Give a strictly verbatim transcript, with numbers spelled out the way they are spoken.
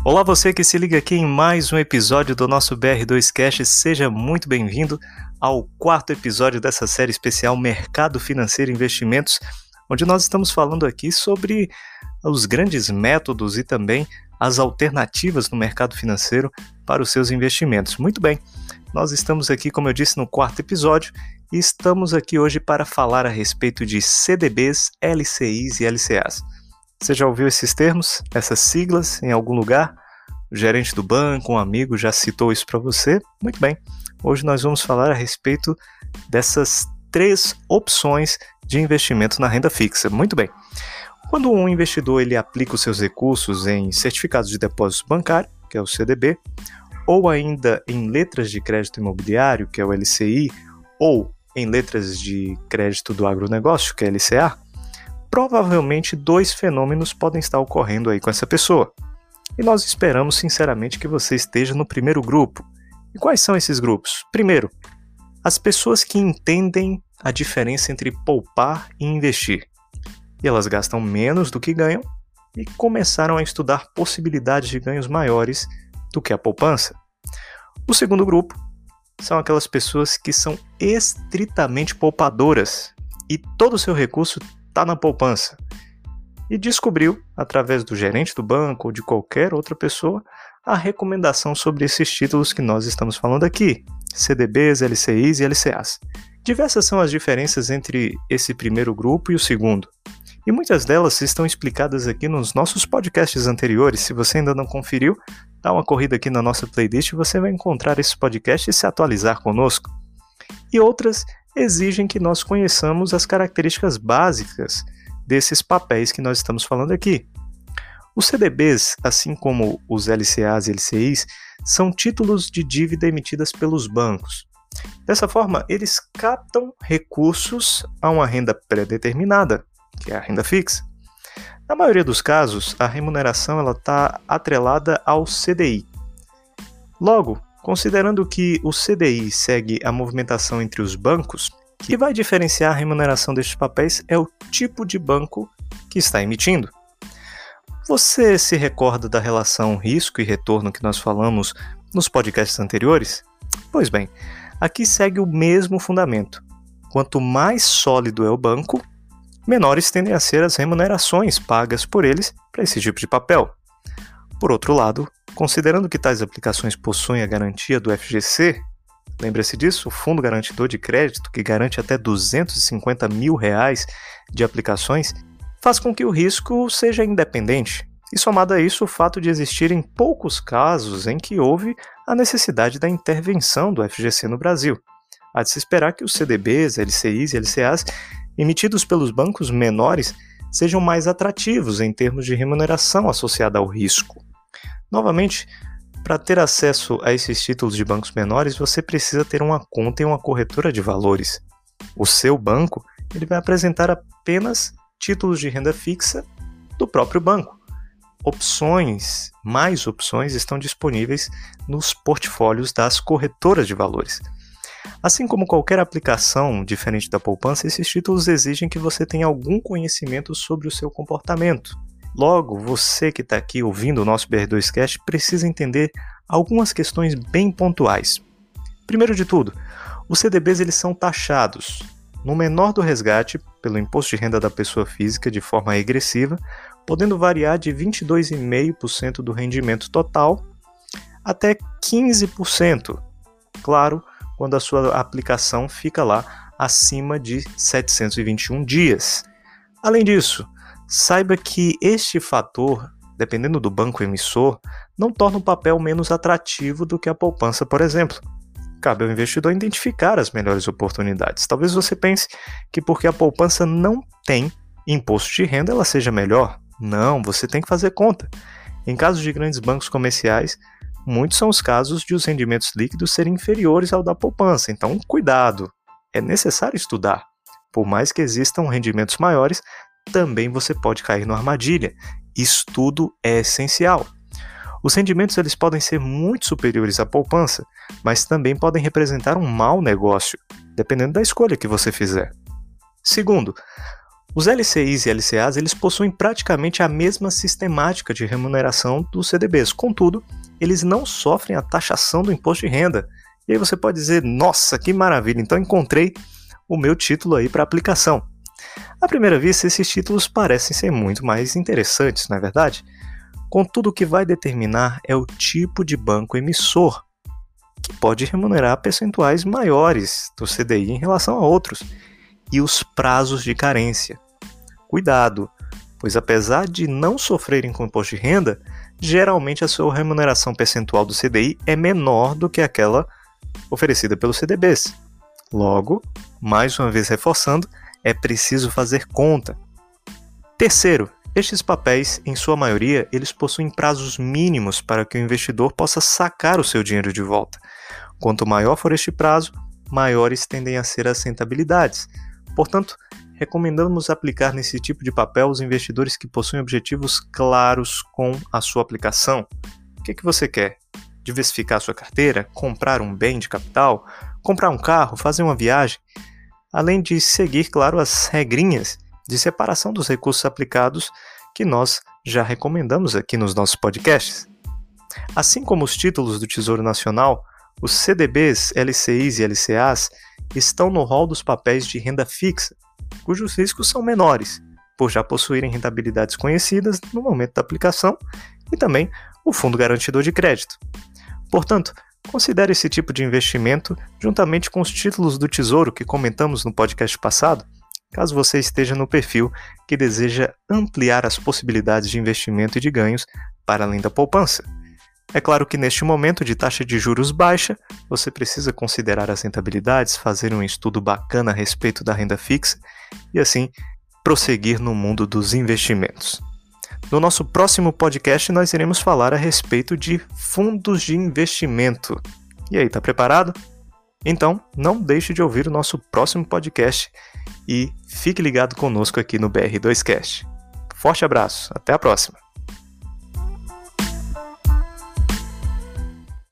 Olá, você que se liga aqui em mais um episódio do nosso B R dois Cast, seja muito bem-vindo ao quarto episódio dessa série especial Mercado Financeiro e Investimentos, onde nós estamos falando aqui sobre os grandes métodos e também as alternativas no mercado financeiro para os seus investimentos. Muito bem, nós estamos aqui, como eu disse, no quarto episódio e estamos aqui hoje para falar a respeito de C D Bs, L C Is e L C As. Você já ouviu esses termos, essas siglas em algum lugar? O gerente do banco, um amigo já citou isso para você? Muito bem, hoje nós vamos falar a respeito dessas três opções de investimento na renda fixa. Muito bem, quando um investidor ele aplica os seus recursos em certificados de depósito bancário, que é o C D B, ou ainda em letras de crédito imobiliário, que é o L C I, ou em letras de crédito do agronegócio, que é L C A, provavelmente dois fenômenos podem estar ocorrendo aí com essa pessoa. E nós esperamos sinceramente que você esteja no primeiro grupo. E quais são esses grupos? Primeiro, as pessoas que entendem a diferença entre poupar e investir. E elas gastam menos do que ganham e começaram a estudar possibilidades de ganhos maiores do que a poupança. O segundo grupo são aquelas pessoas que são estritamente poupadoras e todo o seu recurso está na poupança. E descobriu, através do gerente do banco ou de qualquer outra pessoa, a recomendação sobre esses títulos que nós estamos falando aqui, C D Bs, L C Is e L C As. Diversas são as diferenças entre esse primeiro grupo e o segundo. E muitas delas estão explicadas aqui nos nossos podcasts anteriores. Se você ainda não conferiu, dá uma corrida aqui na nossa playlist e você vai encontrar esse podcast e se atualizar conosco. E outras exigem que nós conheçamos as características básicas desses papéis que nós estamos falando aqui. Os C D Bs, assim como os L C As e L C Is, são títulos de dívida emitidas pelos bancos. Dessa forma, eles captam recursos a uma renda pré-determinada, que é a renda fixa. Na maioria dos casos, a remuneração está atrelada ao C D I. Logo, considerando que o C D I segue a movimentação entre os bancos, o que vai diferenciar a remuneração destes papéis é o tipo de banco que está emitindo. Você se recorda da relação risco e retorno que nós falamos nos podcasts anteriores? Pois bem, aqui segue o mesmo fundamento. Quanto mais sólido é o banco, menores tendem a ser as remunerações pagas por eles para esse tipo de papel. Por outro lado, considerando que tais aplicações possuem a garantia do F G C, lembra-se disso? O Fundo Garantidor de Crédito, que garante até duzentos e cinquenta mil reais de aplicações, faz com que o risco seja independente. E somado a isso, o fato de existirem poucos casos em que houve a necessidade da intervenção do F G C no Brasil. Há de se esperar que os C D Bs, L C Is e L C As emitidos pelos bancos menores sejam mais atrativos em termos de remuneração associada ao risco. Novamente, para ter acesso a esses títulos de bancos menores, você precisa ter uma conta em uma corretora de valores. O seu banco ele vai apresentar apenas títulos de renda fixa do próprio banco. Opções, mais opções estão disponíveis nos portfólios das corretoras de valores. Assim como qualquer aplicação diferente da poupança, esses títulos exigem que você tenha algum conhecimento sobre o seu comportamento. Logo, você que está aqui ouvindo o nosso B R dois Cast precisa entender algumas questões bem pontuais. Primeiro de tudo, os C D Bs eles são taxados no menor do resgate pelo imposto de renda da pessoa física de forma regressiva, podendo variar de vinte e dois vírgula cinco por cento do rendimento total até quinze por cento, claro, quando a sua aplicação fica lá acima de setecentos e vinte e um dias. Além disso, saiba que este fator, dependendo do banco emissor, não torna o papel menos atrativo do que a poupança, por exemplo. Cabe ao investidor identificar as melhores oportunidades. Talvez você pense que porque a poupança não tem imposto de renda, ela seja melhor. Não, você tem que fazer conta. Em casos de grandes bancos comerciais, muitos são os casos de os rendimentos líquidos serem inferiores ao da poupança. Então, cuidado, é necessário estudar. Por mais que existam rendimentos maiores, também você pode cair na armadilha. Estudo é essencial. Os rendimentos eles podem ser muito superiores à poupança, mas também podem representar um mau negócio, dependendo da escolha que você fizer. Segundo, Os L C Is e L C As eles possuem praticamente a mesma sistemática de remuneração dos C D Bs, contudo, eles não sofrem a taxação do imposto de renda. E aí você pode dizer, nossa, que maravilha, então encontrei o meu título aí para aplicação. À primeira vista, esses títulos parecem ser muito mais interessantes, não é verdade? Contudo, o que vai determinar é o tipo de banco emissor, que pode remunerar percentuais maiores do C D I em relação a outros, e os prazos de carência. Cuidado, pois apesar de não sofrerem com imposto de renda, geralmente a sua remuneração percentual do C D I é menor do que aquela oferecida pelos C D Bs. Logo, mais uma vez reforçando, é preciso fazer conta. Terceiro, estes papéis, em sua maioria, eles possuem prazos mínimos para que o investidor possa sacar o seu dinheiro de volta. Quanto maior for este prazo, maiores tendem a ser as rentabilidades. Portanto, recomendamos aplicar nesse tipo de papel os investidores que possuem objetivos claros com a sua aplicação. O que, que você quer? Diversificar sua carteira? Comprar um bem de capital? Comprar um carro? Fazer uma viagem? Além de seguir, claro, as regrinhas de separação dos recursos aplicados que nós já recomendamos aqui nos nossos podcasts. Assim como os títulos do Tesouro Nacional, os C D Bs, L C Is e L C As estão no rol dos papéis de renda fixa, cujos riscos são menores, por já possuírem rentabilidades conhecidas no momento da aplicação, e também o Fundo Garantidor de Crédito. Portanto, considere esse tipo de investimento juntamente com os títulos do Tesouro que comentamos no podcast passado, caso você esteja no perfil que deseja ampliar as possibilidades de investimento e de ganhos para além da poupança. É claro que neste momento de taxa de juros baixa, você precisa considerar as rentabilidades, fazer um estudo bacana a respeito da renda fixa e assim prosseguir no mundo dos investimentos. No nosso próximo podcast nós iremos falar a respeito de fundos de investimento. E aí, tá preparado? Então, não deixe de ouvir o nosso próximo podcast e fique ligado conosco aqui no B R dois Cast. Forte abraço, até a próxima!